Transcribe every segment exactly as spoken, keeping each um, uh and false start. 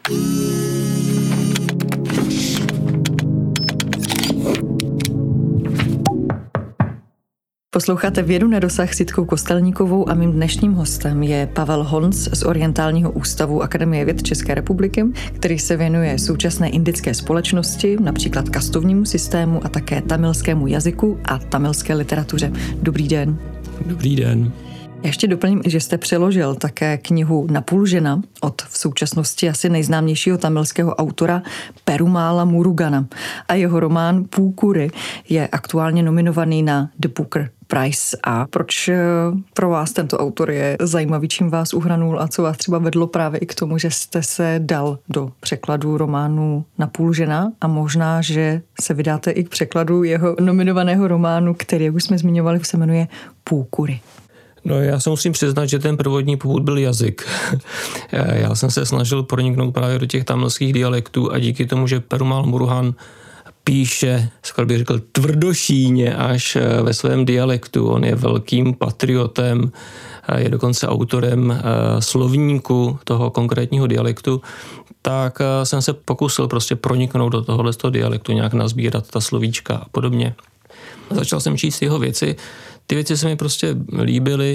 Posloucháte Vědu na dosah s Jitkou Kostelníkovou a mým dnešním hostem je Pavel Honc z Orientálního ústavu Akademie věd České republiky, který se věnuje současné indické společnosti, například kastovnímu systému a také tamilskému jazyku a tamilské literatuře. Dobrý den. Dobrý den. Já ještě doplním, že jste přeložil také knihu Napůl žena od v současnosti asi nejznámějšího tamilského autora Perumála Murugana a jeho román Půkury je aktuálně nominovaný na The Booker Prize. A proč pro vás tento autor je zajímavý, čím vás uhranul a co vás třeba vedlo právě i k tomu, že jste se dal do překladu románu Napůl žena a možná, že se vydáte i k překladu jeho nominovaného románu, který, jak už jsme zmiňovali, se jmenuje Půkury. No já se musím přiznat, že ten prvodní původ byl jazyk. Já jsem se snažil proniknout právě do těch tamilských dialektů a díky tomu, že Perumal Murugan píše, skoro bych řekl, tvrdošíně až ve svém dialektu. On je velkým patriotem, je dokonce autorem slovníku toho konkrétního dialektu, tak jsem se pokusil prostě proniknout do tohohle z toho dialektu, nějak nazbírat ta slovíčka a podobně. Začal jsem číst jeho věci. Ty věci se mi prostě líbily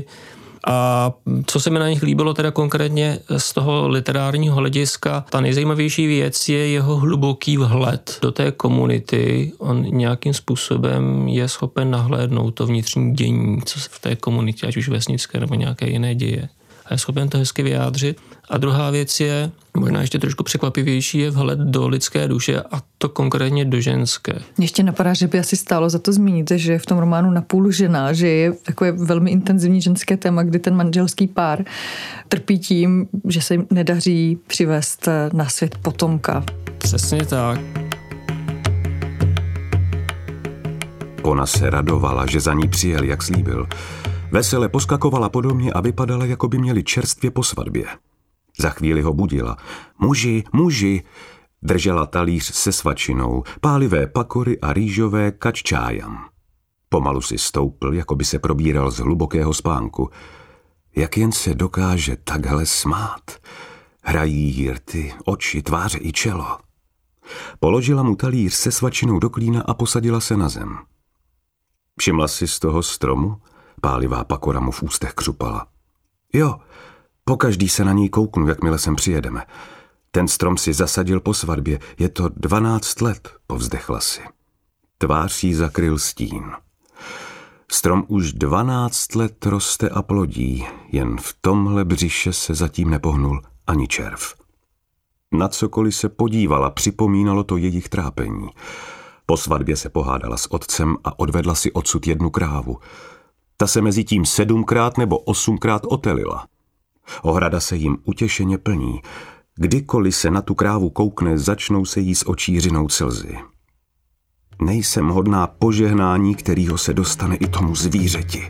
a co se mi na nich líbilo teda konkrétně z toho literárního hlediska, ta nejzajímavější věc je jeho hluboký vhled do té komunity. On nějakým způsobem je schopen nahlédnout to vnitřní dění, co se v té komunitě, ať už vesnické nebo nějaké jiné děje. A je schopen to hezky vyjádřit. A druhá věc je, možná ještě trošku překvapivější, je vhled do lidské duše a to konkrétně do ženské. Ještě napadá, že by asi stálo za to zmínit, že v tom románu Napůl žena, že je takové velmi intenzivní ženské téma, kdy ten manželský pár trpí tím, že se jim nedaří přivést na svět potomka. Přesně tak. Ona se radovala, že za ní přijel, jak slíbil. Vesele poskakovala podobně a vypadala, jako by měli čerstvě po svatbě. Za chvíli ho budila. Muži, muži! Držela talíř se svačinou, pálivé pakory a rýžové kaččájam. Pomalu si stoupl, jako by se probíral z hlubokého spánku. Jak jen se dokáže takhle smát. Hrají jí rty, oči, tváře i čelo. Položila mu talíř se svačinou do klína a posadila se na zem. Všimla si z toho stromu? Pálivá pakora mu v ústech křupala. Jo, pokaždý se na něj kouknu, jakmile sem přijedeme. Ten strom si zasadil po svatbě, je to dvanáct let, povzdechla si. Tvář jí zakryl stín. Strom už dvanáct let roste a plodí, jen v tomhle břiše se zatím nepohnul ani červ. Na cokoliv se podívala, připomínalo to jejich trápení. Po svatbě se pohádala s otcem a odvedla si odsud jednu krávu. Ta se mezi tím sedmkrát nebo osmkrát otelila. Ohrada se jim utěšeně plní. Kdykoliv se na tu krávu koukne, začnou se jí z očí řinout slzy. Nejsem hodná požehnání, kterýho se dostane i tomu zvířeti.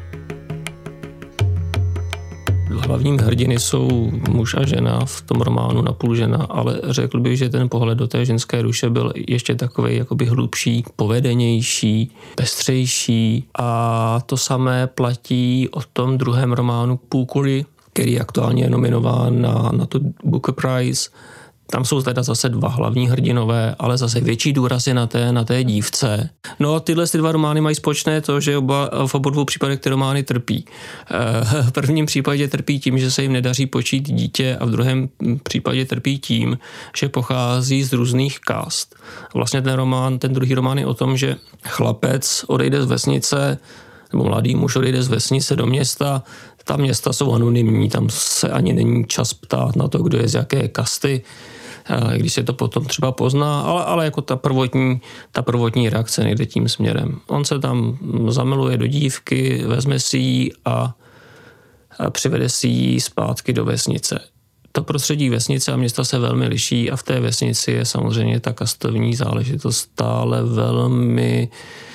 Hlavním hrdiny jsou muž a žena v tom románu Napůl žena, ale řekl bych, že ten pohled do té ženské duše byl ještě takovej jakoby hlubší, povedenější, pestřejší a to samé platí o tom druhém románu Půkury, který aktuálně je nominován na, na tu Booker Prize. Tam jsou teda zase dva hlavní hrdinové, ale zase větší důraz je na té, na té dívce. No a tyhle ty dva romány mají společné to, že oba, v obou dvou případech ty romány trpí. V prvním případě trpí tím, že se jim nedaří počít dítě a v druhém případě trpí tím, že pochází z různých kast. Vlastně ten román, ten druhý román je o tom, že chlapec odejde z vesnice, nebo mladý muž odejde z vesnice do města. Ta města jsou anonymní, tam se ani není čas ptát na to, kdo je z jaké kasty, když se to potom třeba pozná, ale, ale jako ta prvotní, ta prvotní reakce nejde tím směrem. On se tam zamiluje do dívky, vezme si ji a, a přivede si ji zpátky do vesnice. To prostředí vesnice a města se velmi liší a v té vesnici je samozřejmě ta kastovní záležitost stále velmi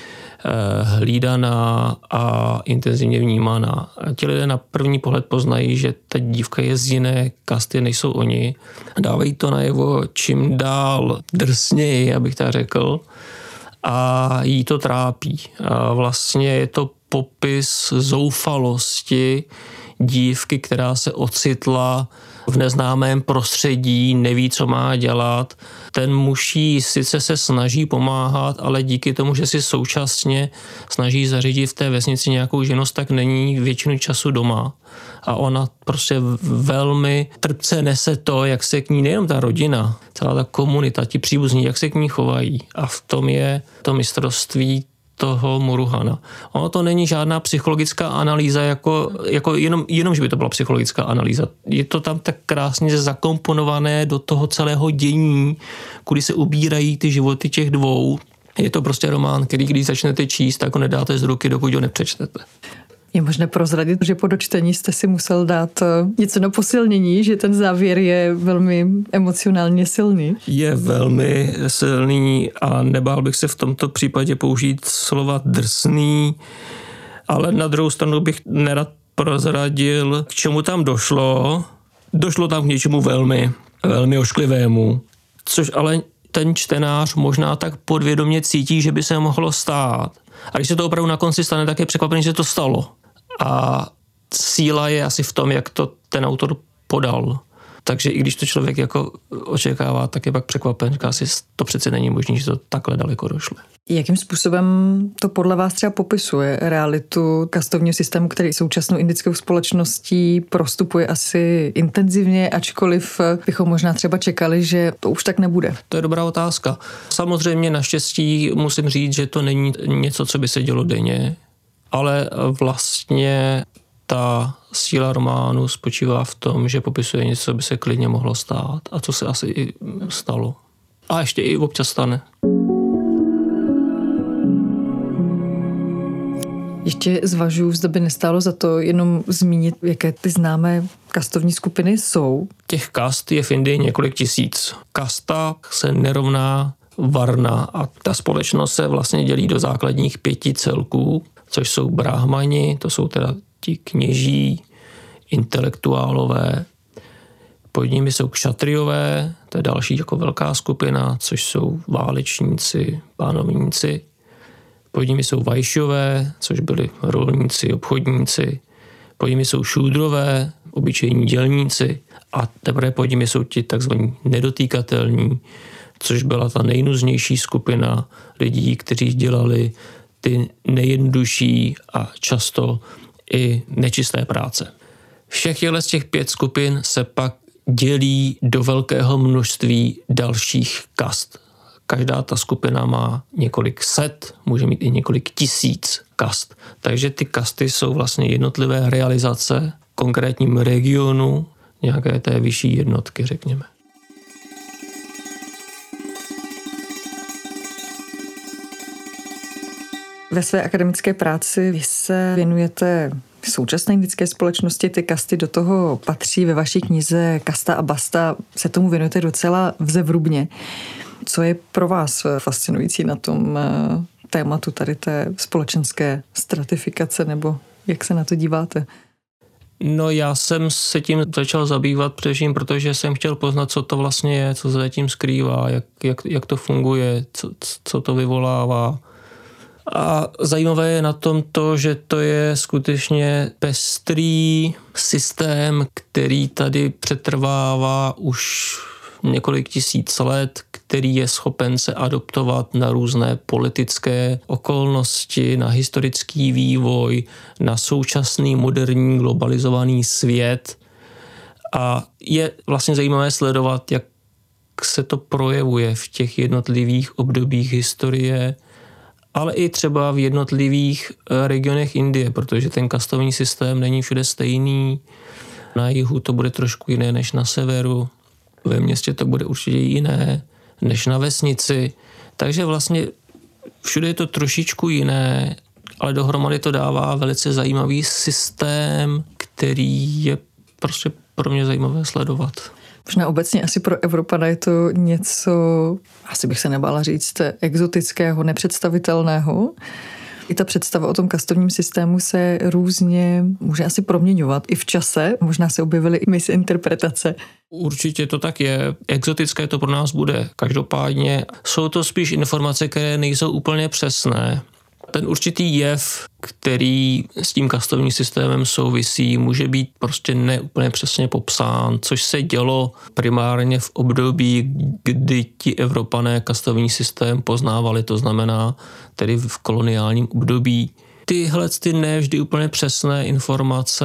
hlídaná a intenzivně vnímaná. Ti lidé na první pohled poznají, že ta dívka je z jiné kasty, než jsou oni. Dávají to najevo čím dál drsněji, abych tak řekl, a jí to trápí. A vlastně je to popis zoufalosti dívky, která se ocitla v neznámém prostředí, neví, co má dělat. Ten muž jí sice se snaží pomáhat, ale díky tomu, že si současně snaží zařídit v té vesnici nějakou živnost, tak není většinu času doma. A ona prostě velmi trpce nese to, jak se k ní, nejenom ta rodina, celá ta komunita, ti příbuzní, jak se k ní chovají. A v tom je to mistrovství toho Muruhana. Ono to není žádná psychologická analýza, jako, jako jenom, jenom, že by to byla psychologická analýza. Je to tam tak krásně zakomponované do toho celého dění, kudy se ubírají ty životy těch dvou. Je to prostě román, který když začnete číst, tak ho nedáte z ruky, dokud ho nepřečtete. Je možné prozradit, že po dočtení jste si musel dát něco na posilnění, že ten závěr je velmi emocionálně silný? Je velmi silný a nebál bych se v tomto případě použít slova drsný, ale na druhou stranu bych nerad prozradil, k čemu tam došlo. Došlo tam k něčemu velmi, velmi ošklivému, což ale ten čtenář možná tak podvědomě cítí, že by se mohlo stát. A když se to opravdu na konci stane, tak je překvapený, že to stalo. A síla je asi v tom, jak to ten autor podal. Takže i když to člověk jako očekává, tak je pak překvapen, říká si, to přece není možné, že to takhle daleko došlo. Jakým způsobem to podle vás třeba popisuje realitu kastovního systému, který současnou indickou společností prostupuje asi intenzivně, ačkoliv bychom možná třeba čekali, že to už tak nebude? To je dobrá otázka. Samozřejmě naštěstí musím říct, že to není něco, co by se dělo denně, ale vlastně ta síla románu spočívá v tom, že popisuje něco, co by se klidně mohlo stát a co se asi i stalo. A ještě i občas stane. Ještě zvažuji, zda by nestálo za to jenom zmínit, jaké ty známé kastovní skupiny jsou. Těch kast je v Indii několik tisíc. Kasta se nerovná varna a ta společnost se vlastně dělí do základních pěti celků, což jsou brahmani, to jsou teda ti kněží, intelektuálové, pod nimi jsou kšatriové, to je další jako velká skupina, což jsou válečníci, pánovníci, pod nimi jsou vajšové, což byli rolníci, obchodníci, pod nimi jsou šúdrové, obyčejní dělníci a teprve pod nimi jsou ti takzvaní nedotýkatelní, což byla ta nejnuznější skupina lidí, kteří dělali ty nejjednodušší a často i nečisté práce. Všech z těch pět skupin se pak dělí do velkého množství dalších kast. Každá ta skupina má několik set, může mít i několik tisíc kast. Takže ty kasty jsou vlastně jednotlivé realizace v konkrétním regionu nějaké té vyšší jednotky, řekněme. Ve své akademické práci vy se věnujete současné indické společnosti, ty kasty do toho patří. Ve vaší knize Kasta a basta se tomu věnujete docela vzevrubně. Co je pro vás fascinující na tom tématu tady té společenské stratifikace, nebo jak se na to díváte? No já jsem se tím začal zabývat především, protože jsem chtěl poznat, co to vlastně je, co se zatím skrývá, jak, jak, jak to funguje, co, co to vyvolává. A zajímavé je na tom to, že to je skutečně pestrý systém, který tady přetrvává už několik tisíc let, který je schopen se adoptovat na různé politické okolnosti, na historický vývoj, na současný moderní globalizovaný svět. A je vlastně zajímavé sledovat, jak se to projevuje v těch jednotlivých obdobích historie, ale i třeba v jednotlivých regionech Indie, protože ten kastovní systém není všude stejný. Na jihu to bude trošku jiné než na severu. Ve městě to bude určitě jiné než na vesnici. Takže vlastně všude je to trošičku jiné, ale dohromady to dává velice zajímavý systém, který je prostě pro mě zajímavé sledovat. Možná obecně asi pro Evropana je to něco, asi bych se nebála říct, exotického, nepředstavitelného. I ta představa o tom kastovním systému se různě může asi proměňovat i v čase. Možná se objevily i misinterpretace. Určitě to tak je. Exotické to pro nás bude. Každopádně jsou to spíš informace, které nejsou úplně přesné. Ten určitý jev, který s tím kastovním systémem souvisí, může být prostě neúplně přesně popsán, což se dělo primárně v období, kdy ti Evropané kastovní systém poznávali, to znamená tedy v koloniálním období. Tyhle ty ne vždy úplně přesné informace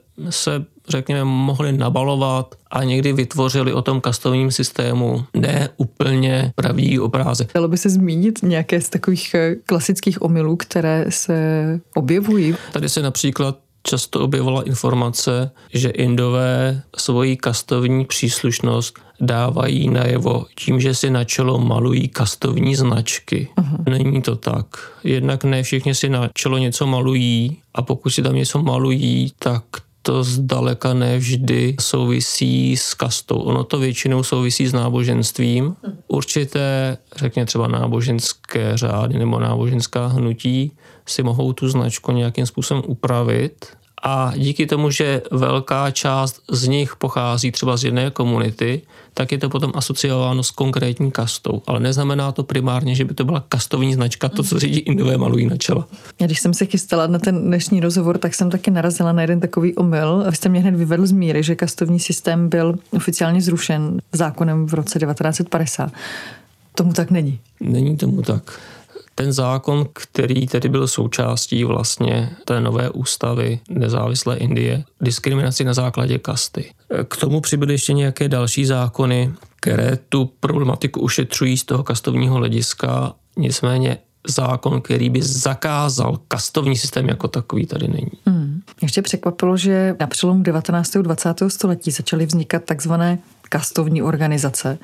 se, řekněme, mohly nabalovat a někdy vytvořili o tom kastovním systému ne úplně pravý obrázek. Dalo by se zmínit nějaké z takových klasických omylů, které se objevují? Tady se například často objevila informace, že Indové svoji kastovní příslušnost dávají najevo tím, že si na čelo malují kastovní značky. Uh-huh. Není to tak. Jednak ne všichni si na čelo něco malují a pokud si tam něco malují, tak to zdaleka nevždy souvisí s kastou. Ono to většinou souvisí s náboženstvím. Určité, řekněme třeba náboženské řády nebo náboženská hnutí si mohou tu značku nějakým způsobem upravit a díky tomu, že velká část z nich pochází třeba z jedné komunity, tak je to potom asociováno s konkrétní kastou. Ale neznamená to primárně, že by to byla kastovní značka, to, co si Indové malují na čela. Já když jsem se chystala na ten dnešní rozhovor, tak jsem taky narazila na jeden takový omyl. Vy jste mě hned vyvedl z míry, že kastovní systém byl oficiálně zrušen zákonem v roce devatenáct set padesát. Tomu tak není. Není tomu tak. Ten zákon, který tedy byl součástí vlastně té nové ústavy nezávislé Indie, diskriminaci na základě kasty. K tomu přibyly ještě nějaké další zákony, které tu problematiku ušetřují z toho kastovního hlediska, nicméně zákon, který by zakázal kastovní systém jako takový, tady není. Hmm. Ještě překvapilo, že na přelomu devatenáctého a dvacátého století začaly vznikat takzvané kastovní organizace,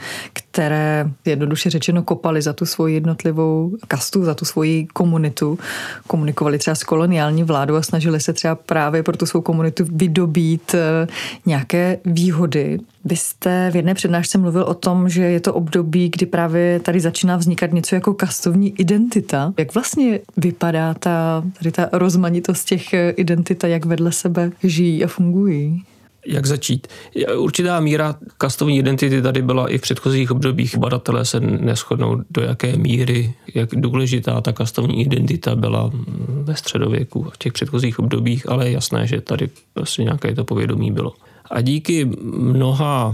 které jednoduše řečeno kopaly za tu svoji jednotlivou kastu, za tu svoji komunitu, komunikovali třeba s koloniální vládou a snažili se třeba právě pro tu svou komunitu vydobít nějaké výhody. Vy jste v jedné přednášce mluvil o tom, že je to období, kdy právě tady začíná vznikat něco jako kastovní identita. Jak vlastně vypadá ta, tady ta rozmanitost těch identit, jak vedle sebe žijí a fungují? Jak začít? Určitá míra kastovní identity tady byla i v předchozích obdobích. Badatelé se neshodnou, do jaké míry, jak důležitá ta kastovní identita byla ve středověku v těch předchozích obdobích, ale je jasné, že tady prostě nějaké to povědomí bylo. A díky mnoha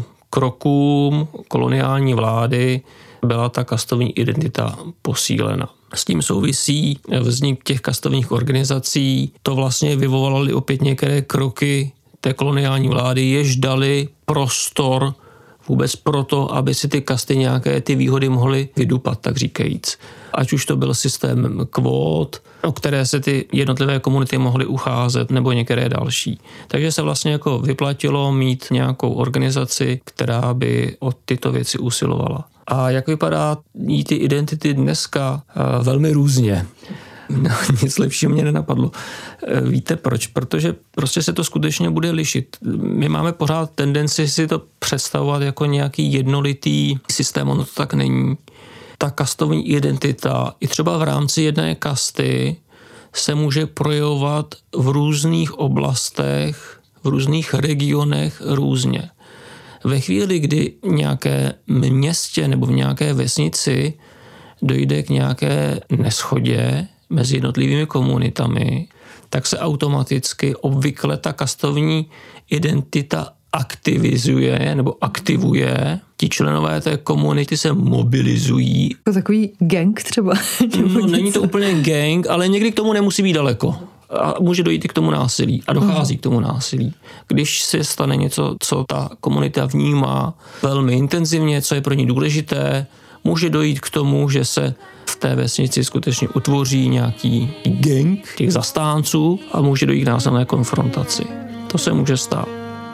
krokům koloniální vlády byla ta kastovní identita posílena. S tím souvisí vznik těch kastovních organizací. To vlastně vyvolalo opět některé kroky té koloniální vlády, jež dali prostor vůbec proto, aby si ty kasty nějaké ty výhody mohly vydupat, tak říkajíc. Ať už to byl systém kvót, o které se ty jednotlivé komunity mohly ucházet, nebo některé další. Takže se vlastně jako vyplatilo mít nějakou organizaci, která by o tyto věci usilovala. A jak vypadá ty identity dneska? Velmi různě. No, nic lepšího mě nenapadlo. Víte proč? Protože prostě se to skutečně bude lišit. My máme pořád tendenci si to představovat jako nějaký jednolitý systém, ono to tak není. Ta kastovní identita i třeba v rámci jedné kasty se může projevovat v různých oblastech, v různých regionech různě. Ve chvíli, kdy v nějaké městě nebo v nějaké vesnici dojde k nějaké neshodě mezi jednotlivými komunitami, tak se automaticky obvykle ta kastovní identita aktivizuje nebo aktivuje. Ti členové té komunity se mobilizují. To takový gang třeba? No, není to úplně gang, ale někdy k tomu nemusí být daleko. A může dojít i k tomu násilí. A dochází uh-huh. k tomu násilí. Když se stane něco, co ta komunita vnímá velmi intenzivně, co je pro ní důležité, může dojít k tomu, že se v té vesnici skutečně utvoří nějaký gang těch zastánců a může dojít k násilné konfrontaci. To se může stát.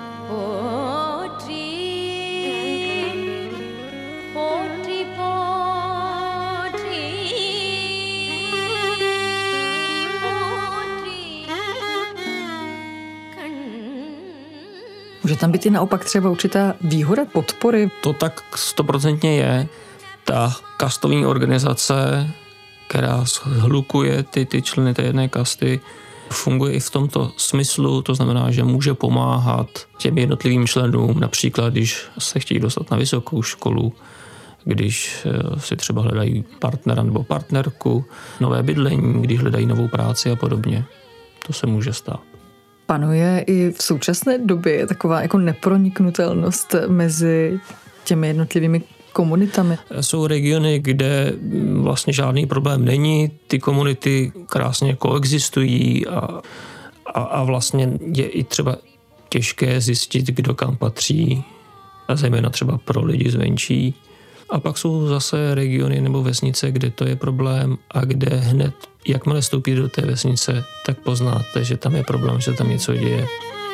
Může tam být i naopak třeba určitá výhoda podpory? To tak stoprocentně je. Ta kastovní organizace, která shlukuje ty, ty členy té jedné kasty, funguje i v tomto smyslu, to znamená, že může pomáhat těm jednotlivým členům, například když se chtějí dostat na vysokou školu, když si třeba hledají partnera nebo partnerku, nové bydlení, když hledají novou práci a podobně. To se může stát. Panuje i v současné době taková jako neproniknutelnost mezi těmi jednotlivými komunitami. Jsou regiony, kde vlastně žádný problém není, ty komunity krásně koexistují a, a, a vlastně je i třeba těžké zjistit, kdo kam patří, a zejména třeba pro lidi zvenčí. A pak jsou zase regiony nebo vesnice, kde to je problém a kde hned, jakmile vstoupíte do té vesnice, tak poznáte, že tam je problém, že tam něco děje.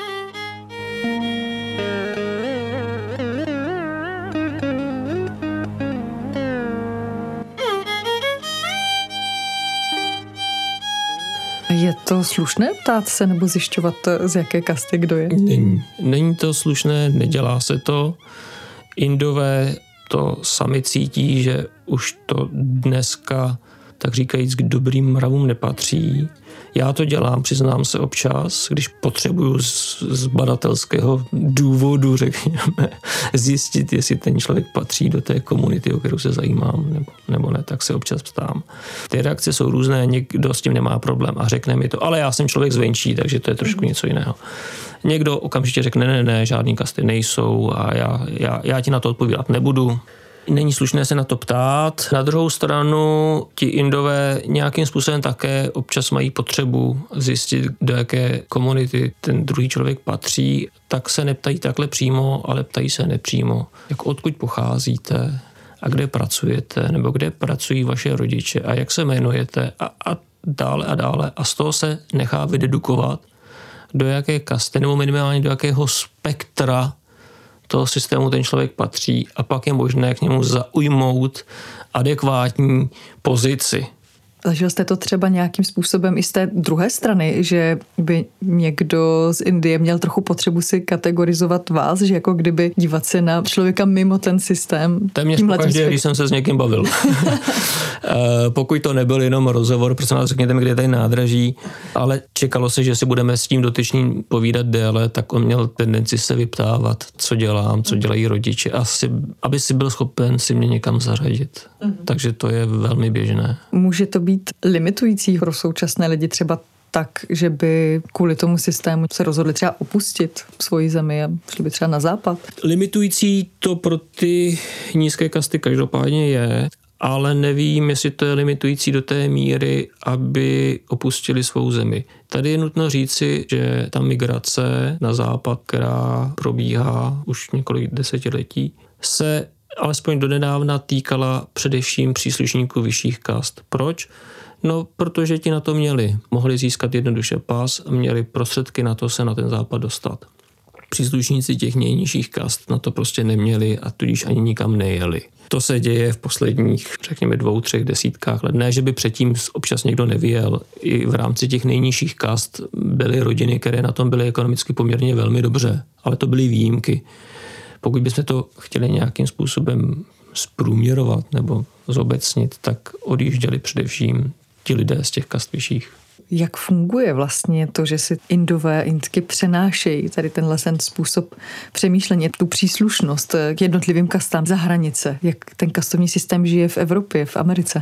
Je to slušné ptát se nebo zjišťovat, z jaké kasty kdo je? Není. Není to slušné, nedělá se to. Indové to sami cítí, že už to dneska, tak říkajíc, k dobrým mravům nepatří. Já to dělám, přiznám se občas, když potřebuju z, z badatelského důvodu, řekněme, zjistit, jestli ten člověk patří do té komunity, o kterou se zajímám, nebo, nebo ne, tak se občas ptám. Ty reakce jsou různé, někdo s tím nemá problém a řekne mi to, ale já jsem člověk zvenčí, takže to je trošku něco jiného. Někdo okamžitě řekne, ne, ne, ne, žádný kasty nejsou a já, já, já ti na to odpovídat nebudu. Není slušné se na to ptát. Na druhou stranu ti Indové nějakým způsobem také občas mají potřebu zjistit, do jaké komunity ten druhý člověk patří, tak se neptají takhle přímo, ale ptají se nepřímo. Jak odkud pocházíte a kde pracujete, nebo kde pracují vaše rodiče a jak se jmenujete a, a dále a dále. A z toho se nechá vydedukovat, do jaké kasty nebo minimálně do jakého spektra toho systému ten člověk patří a pak je možné k němu zaujmout adekvátní pozici. Zažil jste to třeba nějakým způsobem i z té druhé strany, že by někdo z Indie měl trochu potřebu si kategorizovat vás, že jako kdyby dívat se na člověka mimo ten systém? Téměř pokaždé, když jsem se s někým bavil. Pokud to nebyl jenom rozhovor, prosím vás, řekněte mi, kde je tady nádraží, ale čekalo se, že si budeme s tím dotyčným povídat déle, tak on měl tendenci se vyptávat, co dělám, co dělají rodiče, asi, aby si byl schopen si mě někam zařadit. Mm. Takže to je velmi běžné. Může to být limitující pro současné lidi třeba tak, že by kvůli tomu systému se rozhodli třeba opustit svoji zemi a šli by třeba na západ? Limitující to pro ty nízké kasty každopádně je, ale nevím, jestli to je limitující do té míry, aby opustili svou zemi. Tady je nutno říci, že ta migrace na západ, která probíhá už několik desetiletí, se alespoň donedávna týkala především příslušníků vyšších kast. Proč? No, protože ti na to měli. Mohli získat jednoduše pas a měli prostředky na to se na ten západ dostat. Příslušníci těch nejnižších kast na to prostě neměli a tudíž ani nikam nejeli. To se děje v posledních, řekněme, dvou, třech desítkách let. Ne, že by předtím občas někdo nevyjel. I v rámci těch nejnižších kast byly rodiny, které na tom byly ekonomicky poměrně velmi dobře, ale to byly výjimky. Pokud bychom to chtěli nějakým způsobem zprůměrovat nebo zobecnit, tak odjížděli především ti lidé z těch kast vyšších. Jak funguje vlastně to, že si Indové, Indky přenášejí tady tenhle ten způsob přemýšlení, tu příslušnost k jednotlivým kastám za hranice? Jak ten kastovní systém žije v Evropě, v Americe?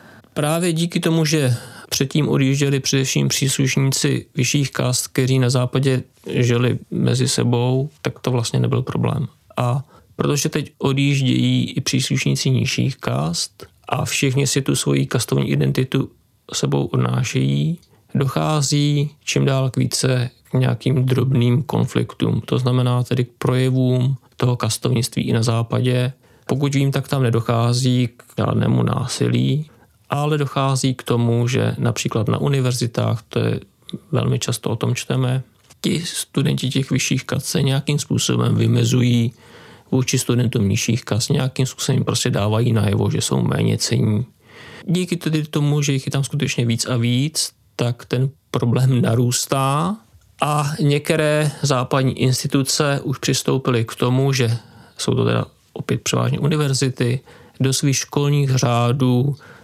Právě díky tomu, že předtím odjížděli především příslušníci vyšších kast, kteří na západě žili mezi sebou, tak to vlastně nebyl problém. A protože teď odjíždějí i příslušníci nižších kast a všichni si tu svoji kastovní identitu sebou odnášejí, dochází čím dál k více k nějakým drobným konfliktům. To znamená tedy k projevům toho kastovnictví i na západě. Pokud vím, tak tam nedochází k žádnému násilí, ale dochází k tomu, že například na univerzitách, to je velmi často o tom čteme, ti studenti těch vyšších kast se nějakým způsobem vymezují vůči studentům nižších kast, nějakým způsobem prostě dávají najevo, že jsou méně cenní. Díky tedy tomu, že jich je tam skutečně víc a víc, tak ten problém narůstá a některé západní instituce už přistoupily k tomu, že jsou to teda opět převážně univerzity, do svých školních řádů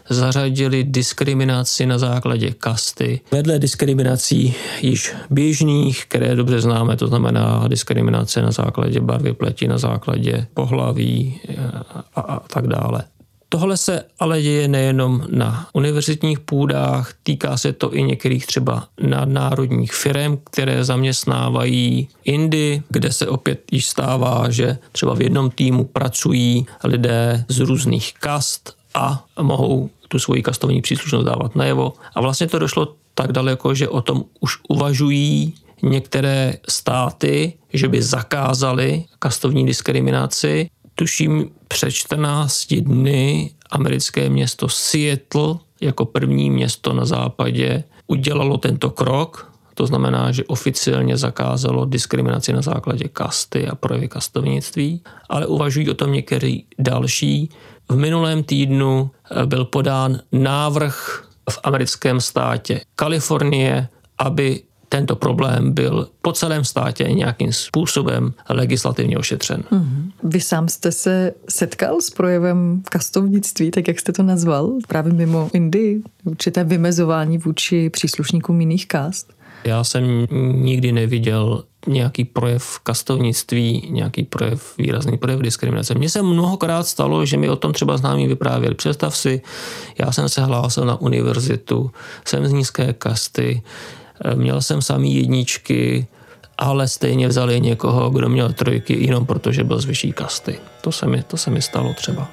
zařadili diskriminaci na základě kasty. Vedle diskriminací již běžných, které dobře známe, to znamená diskriminace na základě barvy pleti, na základě pohlaví a, a tak dále. Tohle se ale děje nejenom na univerzitních půdách, týká se to i některých třeba nadnárodních firem, které zaměstnávají Indy, kde se opět již stává, že třeba v jednom týmu pracují lidé z různých kast a mohou tu svoji kastovní příslušnost dávat najevo. A vlastně to došlo tak daleko, že o tom už uvažují některé státy, že by zakázali kastovní diskriminaci. Tuším, před čtrnácti dny americké město Seattle jako první město na západě udělalo tento krok. To znamená, že oficiálně zakázalo diskriminaci na základě kasty a projevy kastovnictví, ale uvažují o tom některý další. V minulém týdnu byl podán návrh v americkém státě Kalifornie, aby tento problém byl po celém státě nějakým způsobem legislativně ošetřen. Mm-hmm. Vy sám jste se setkal s projevem kastovnictví, tak jak jste to nazval, právě mimo Indii, určité vymezování vůči příslušníkům jiných kast? Já jsem nikdy neviděl nějaký projev kastovnictví, nějaký projev, výrazný projev diskriminace. Mně se mnohokrát stalo, že mi o tom třeba známí vyprávěli. Představ si, já jsem se hlásil na univerzitu, jsem z nízké kasty, měl jsem samý jedničky, ale stejně vzali někoho, kdo měl trojky, jenom protože byl z vyšší kasty. To se mi, to se mi stalo třeba.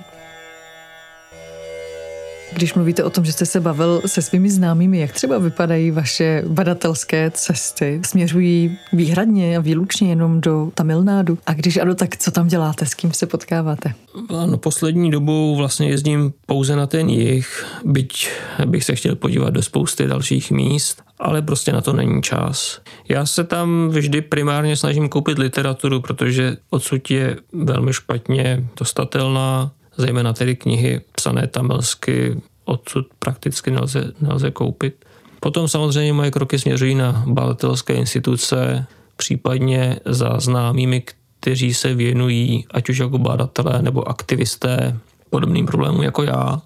Když mluvíte o tom, že jste se bavil se svými známými, jak třeba vypadají vaše badatelské cesty? Směřují výhradně a výlučně jenom do Tamil Nádu? A když ano, tak co tam děláte? S kým se potkáváte? Ano, poslední dobou vlastně jezdím pouze na ten jih, byť bych se chtěl podívat do spousty dalších míst, ale prostě na to není čas. Já se tam vždy primárně snažím koupit literaturu, protože odsud je velmi špatně dostatelná, zejména tedy knihy psané tamilsky, odsud prakticky nelze, nelze koupit. Potom samozřejmě moje kroky směřují na badatelské instituce, případně za známými, kteří se věnují, ať už jako badatelé nebo aktivisté, podobným problémům jako já.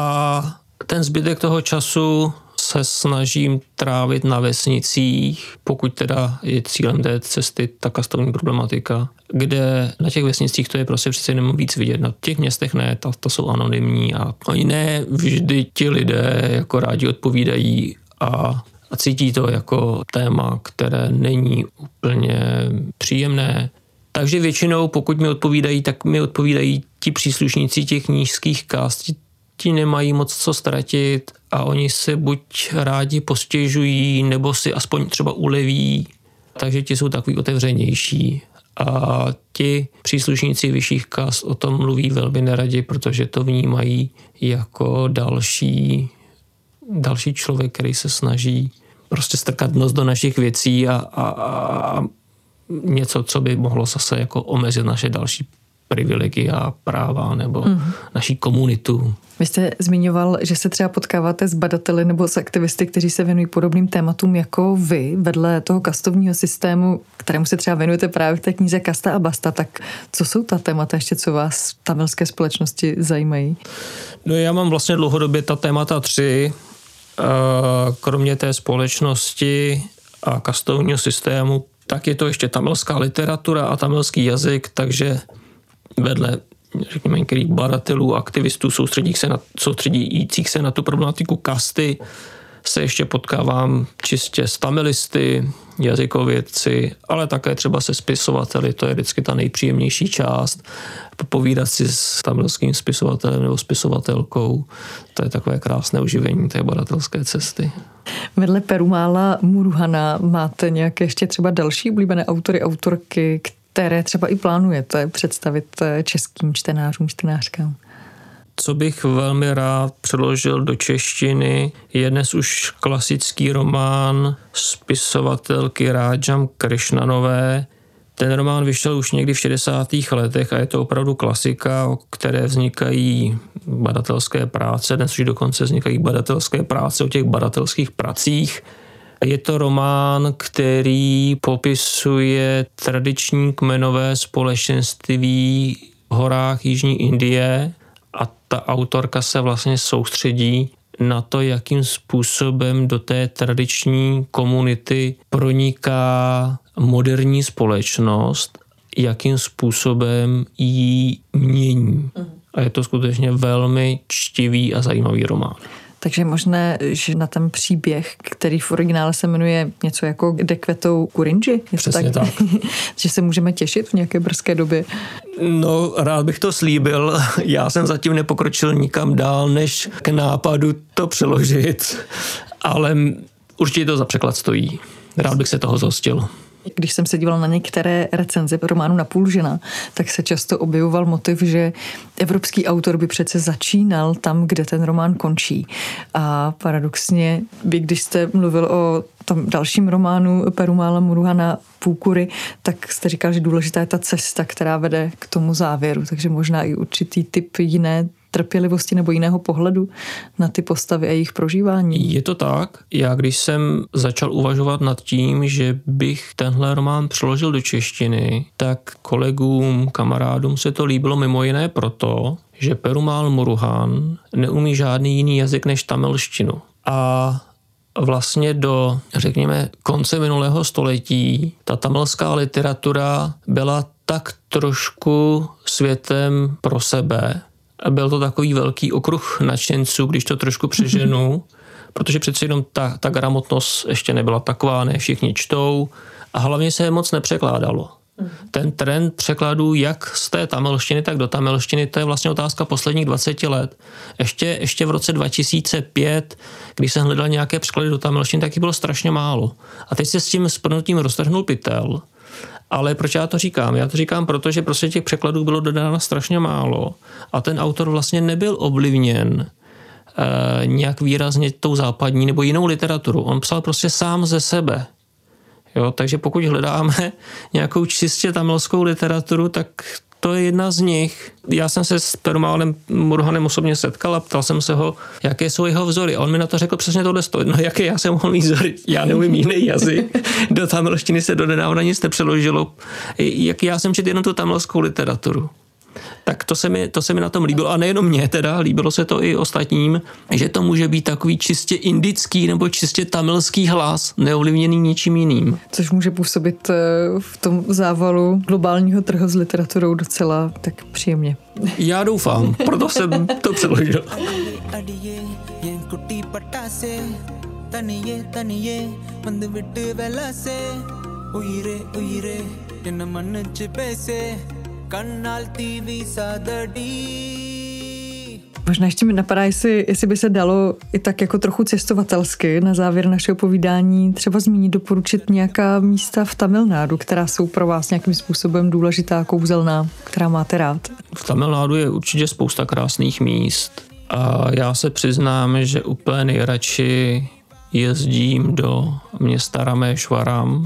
A ten zbytek toho času se snažím trávit na vesnicích, pokud teda je cílem té cesty ta kastovní problematika, kde na těch vesnicích to je prostě přece jenom víc vidět. Na těch městech ne, to, to jsou anonymní a oni ne vždy ti lidé jako rádi odpovídají a, a cítí to jako téma, které není úplně příjemné. Takže většinou, pokud mi odpovídají, tak mi odpovídají ti příslušníci těch nízkých kast, ti nemají moc co ztratit a oni se buď rádi postěžují, nebo si aspoň třeba uleví, takže ti jsou takový otevřenější. A ti příslušníci vyšších kast o tom mluví velmi neradi, protože to vnímají jako další, další člověk, který se snaží prostě strkat nos do našich věcí a, a, a něco, co by mohlo zase jako omezit naše další privilegia, práva nebo mm. naší komunitu. Vy jste zmiňoval, že se třeba potkáváte s badateli nebo s aktivisty, kteří se věnují podobným tématům jako vy, vedle toho kastovního systému, kterému se třeba věnujete právě v té knize Kasta a Basta. Tak co jsou ta témata ještě, co vás v tamilské společnosti zajímají? No já mám vlastně dlouhodobě ta témata tři. Kromě té společnosti a kastovního systému, tak je to ještě tamilská literatura a tamilský jazyk, takže vedle, řekněme, některých badatelů, aktivistů soustředících se na, soustředících se na tu problematiku kasty, se ještě potkávám čistě s tamilisty, jazykovědci, ale také třeba se spisovateli, to je vždycky ta nejpříjemnější část, popovídat si s tamilským spisovatelem nebo spisovatelkou, to je takové krásné uživení té badatelské cesty. Vedle Perumála Murugana máte nějaké ještě třeba další oblíbené autory, autorky, které třeba i plánujete představit českým čtenářům, čtenářkám? Co bych velmi rád přeložil do češtiny, je dnes už klasický román spisovatelky Rajam Krishnanové. Ten román vyšel už někdy v šedesátých letech a je to opravdu klasika, o které vznikají badatelské práce. Dnes už dokonce vznikají badatelské práce o těch badatelských pracích. Je to román, který popisuje tradiční kmenové společenství v horách jižní Indie a ta autorka se vlastně soustředí na to, jakým způsobem do té tradiční komunity proniká moderní společnost, jakým způsobem ji mění. A je to skutečně velmi čtivý a zajímavý román. Takže možné, že na ten příběh, který v originále se jmenuje něco jako Dekvetou Kurinji, Přesně tak, tak. že se můžeme těšit v nějaké brzké době. No, rád bych to slíbil. Já jsem zatím nepokročil nikam dál, než k nápadu to přeložit, ale určitě to za překlad stojí. Rád bych se toho zhostil. Když jsem se dívala na některé recenze románu Napůl žena, tak se často objevoval motiv, že evropský autor by přece začínal tam, kde ten román končí. A paradoxně, vy, když jste mluvil o tom dalším románu Perumála Murugana Půkury, tak jste říkal, že důležitá je ta cesta, která vede k tomu závěru. Takže možná i určitý typ jiné trpělivosti nebo jiného pohledu na ty postavy a jejich prožívání. Je to tak. Já když jsem začal uvažovat nad tím, že bych tenhle román přeložil do češtiny, tak kolegům, kamarádům se to líbilo mimo jiné proto, že Perumál Murugan neumí žádný jiný jazyk než tamilštinu. A vlastně do, řekněme, konce minulého století ta tamilská literatura byla tak trošku světem pro sebe. Byl to takový velký okruh nadšenců, když to trošku přeženu, protože přeci jenom ta, ta gramotnost ještě nebyla taková, ne všichni čtou a hlavně se moc nepřekládalo. Ten trend překladů jak z té tamilštiny, tak do tamilštiny, to je vlastně otázka posledních dvacet let. Ještě, ještě v roce dva tisíce pět, když jsem hledal nějaké překlady do tamilštiny, tak jich bylo strašně málo. A teď se s tím sprnutím roztrhnul pytel. Ale proč já to říkám? Já to říkám, protože prostě těch překladů bylo dodáno strašně málo a ten autor vlastně nebyl ovlivněn e, nějak výrazně tou západní nebo jinou literaturu. On psal prostě sám ze sebe. Jo, takže pokud hledáme nějakou čistě tamilskou literaturu, tak to je jedna z nich. Já jsem se s Perumálem Muruganem osobně setkal a ptal jsem se ho, jaké jsou jeho vzory. A on mi na to řekl přesně tohle. No jaké já jsem mohl mít vzory? Já neumím jiný jazyk. Do tamilštiny se donedávna nic nepřeložilo. Jak já jsem četl jenom tu tamilskou literaturu. Tak to se, mi, to se mi na tom líbilo. A nejenom mě teda, líbilo se to i ostatním, že to může být takový čistě indický nebo čistě tamilský hlas, neovlivněný ničím jiným. Což může působit v tom závalu globálního trhu s literaturou docela tak příjemně. Já doufám, proto jsem to přeložil. Možná ještě mi napadá, jestli, jestli by se dalo i tak jako trochu cestovatelsky na závěr našeho povídání třeba zmínit, doporučit nějaká místa v Tamil Nádu, která jsou pro vás nějakým způsobem důležitá, kouzelná, která máte rád. V Tamil Nádu je určitě spousta krásných míst a já se přiznám, že úplně nejradši jezdím do města Rameshwaram,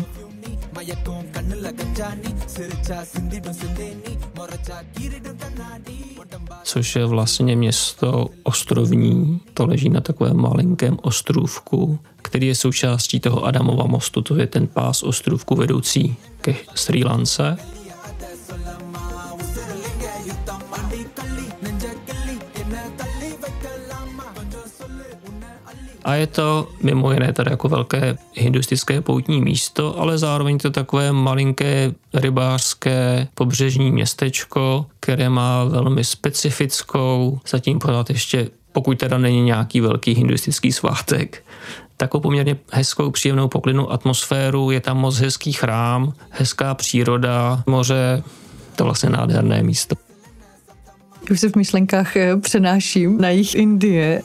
což je vlastně město ostrovní. To leží na takovém malinkém ostrůvku, který je součástí toho Adamova mostu. To je ten pás ostrůvku vedoucí ke Srí Lance. A je to mimo jiné tady jako velké hinduistické poutní místo, ale zároveň to takové malinké rybářské pobřežní městečko, které má velmi specifickou, zatím pořád ještě, pokud teda není nějaký velký hinduistický svátek, takovou poměrně hezkou, příjemnou poklidnou atmosféru, je tam moc hezký chrám, hezká příroda, moře, to vlastně nádherné místo. Už se v myšlenkách přenáším na jih Indie.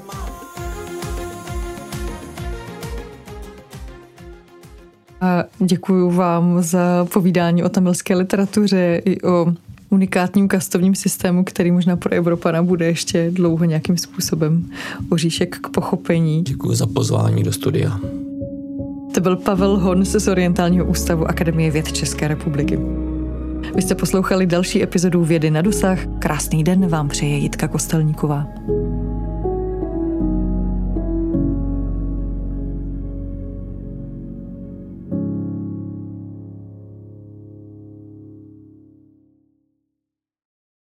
A děkuji vám za povídání o tamilské literatuře i o unikátním kastovním systému, který možná pro Evropana bude ještě dlouho nějakým způsobem oříšek k pochopení. Děkuji za pozvání do studia. To byl Pavel Hon z Orientálního ústavu Akademie věd České republiky. Vy jste poslouchali další epizodu Vědy na dosah. Krásný den vám přeje Jitka Kostelníková.